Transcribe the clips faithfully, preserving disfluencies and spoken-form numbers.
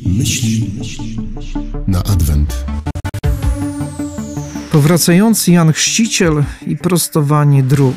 Myśli na adwent. Powracający Jan Chrzciciel i prostowanie dróg.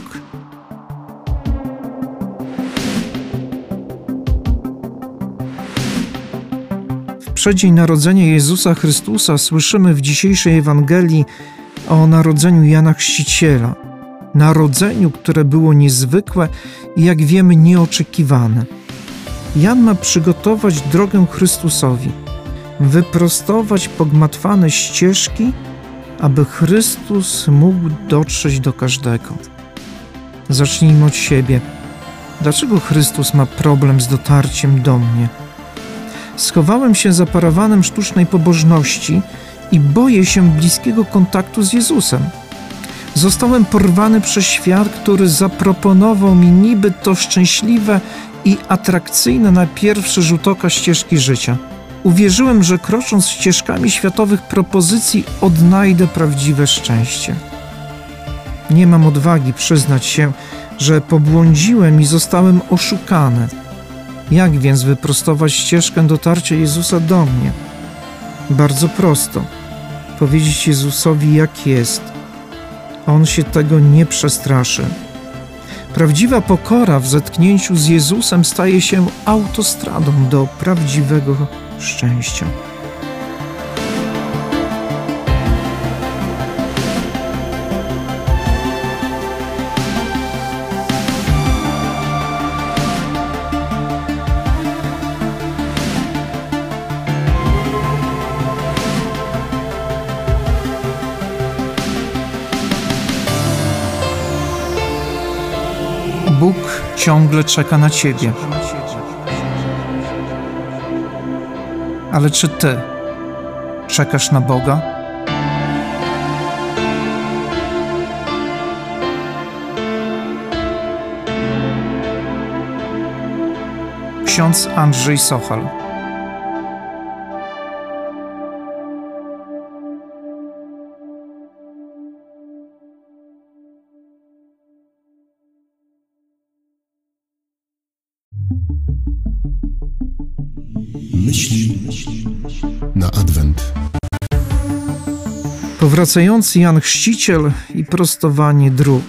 W przeddzień narodzenia Jezusa Chrystusa słyszymy w dzisiejszej Ewangelii o narodzeniu Jana Chrzciciela. Narodzeniu, które było niezwykłe i, jak wiemy, nieoczekiwane. Jan ma przygotować drogę Chrystusowi, wyprostować pogmatwane ścieżki, aby Chrystus mógł dotrzeć do każdego. Zacznijmy od siebie. Dlaczego Chrystus ma problem z dotarciem do mnie? Schowałem się za parawanem sztucznej pobożności i boję się bliskiego kontaktu z Jezusem. Zostałem porwany przez świat, który zaproponował mi niby to szczęśliwe i atrakcyjne na pierwszy rzut oka ścieżki życia. Uwierzyłem, że krocząc ścieżkami światowych propozycji odnajdę prawdziwe szczęście. Nie mam odwagi przyznać się, że pobłądziłem i zostałem oszukany. Jak więc wyprostować ścieżkę dotarcia Jezusa do mnie? Bardzo prosto. Powiedzieć Jezusowi, jak jest. On się tego nie przestraszy. Prawdziwa pokora w zetknięciu z Jezusem staje się autostradą do prawdziwego szczęścia. Bóg ciągle czeka na Ciebie. Ale czy Ty czekasz na Boga? Ksiądz Andrzej Sochal. Myśli na adwent. Powracający Jan Chrzciciel i prostowanie dróg.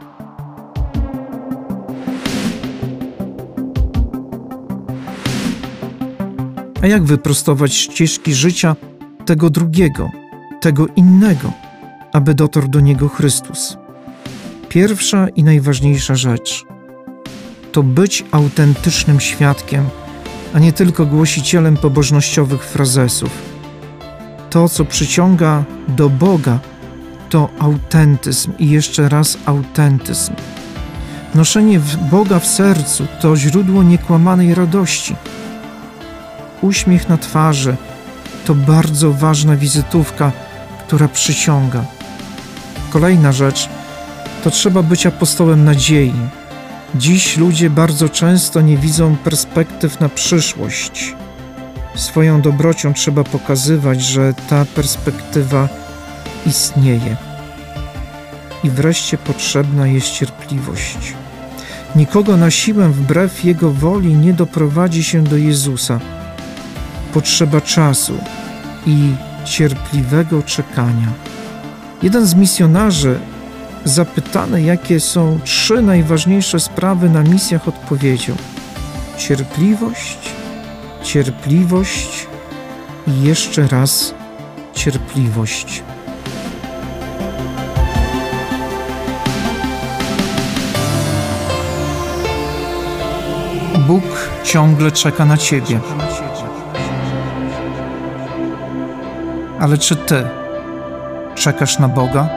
A jak wyprostować ścieżki życia tego drugiego, tego innego, aby dotarł do niego Chrystus? Pierwsza i najważniejsza rzecz to być autentycznym świadkiem, a nie tylko głosicielem pobożnościowych frazesów. To, co przyciąga do Boga, to autentyzm i jeszcze raz autentyzm. Noszenie Boga w sercu to źródło niekłamanej radości. Uśmiech na twarzy to bardzo ważna wizytówka, która przyciąga. Kolejna rzecz to trzeba być apostołem nadziei. Dziś ludzie bardzo często nie widzą perspektyw na przyszłość. Swoją dobrocią trzeba pokazywać, że ta perspektywa istnieje. I wreszcie potrzebna jest cierpliwość. Nikogo na siłę wbrew Jego woli nie doprowadzi się do Jezusa. Potrzeba czasu i cierpliwego czekania. Jeden z misjonarzy, zapytany, jakie są trzy najważniejsze sprawy na misjach, odpowiedział: cierpliwość, cierpliwość i jeszcze raz cierpliwość. Bóg ciągle czeka na Ciebie. Ale czy Ty czekasz na Boga?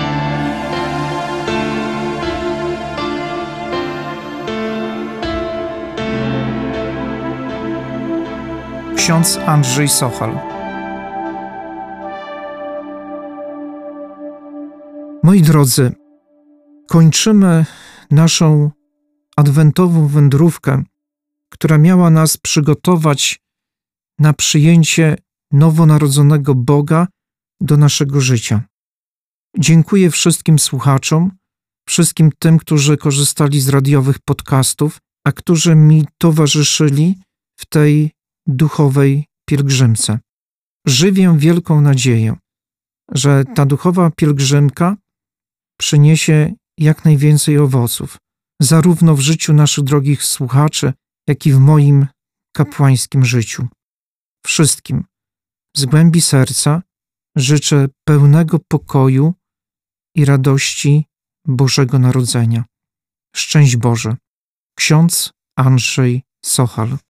Ksiądz Andrzej Sochal. Moi drodzy, kończymy naszą adwentową wędrówkę, która miała nas przygotować na przyjęcie nowonarodzonego Boga do naszego życia. Dziękuję wszystkim słuchaczom, wszystkim tym, którzy korzystali z radiowych podcastów, a którzy mi towarzyszyli w tej duchowej pielgrzymce. Żywię wielką nadzieję, że ta duchowa pielgrzymka przyniesie jak najwięcej owoców, zarówno w życiu naszych drogich słuchaczy, jak i w moim kapłańskim życiu. Wszystkim z głębi serca życzę pełnego pokoju i radości Bożego Narodzenia. Szczęść Boże. Ksiądz Andrzej Sochal.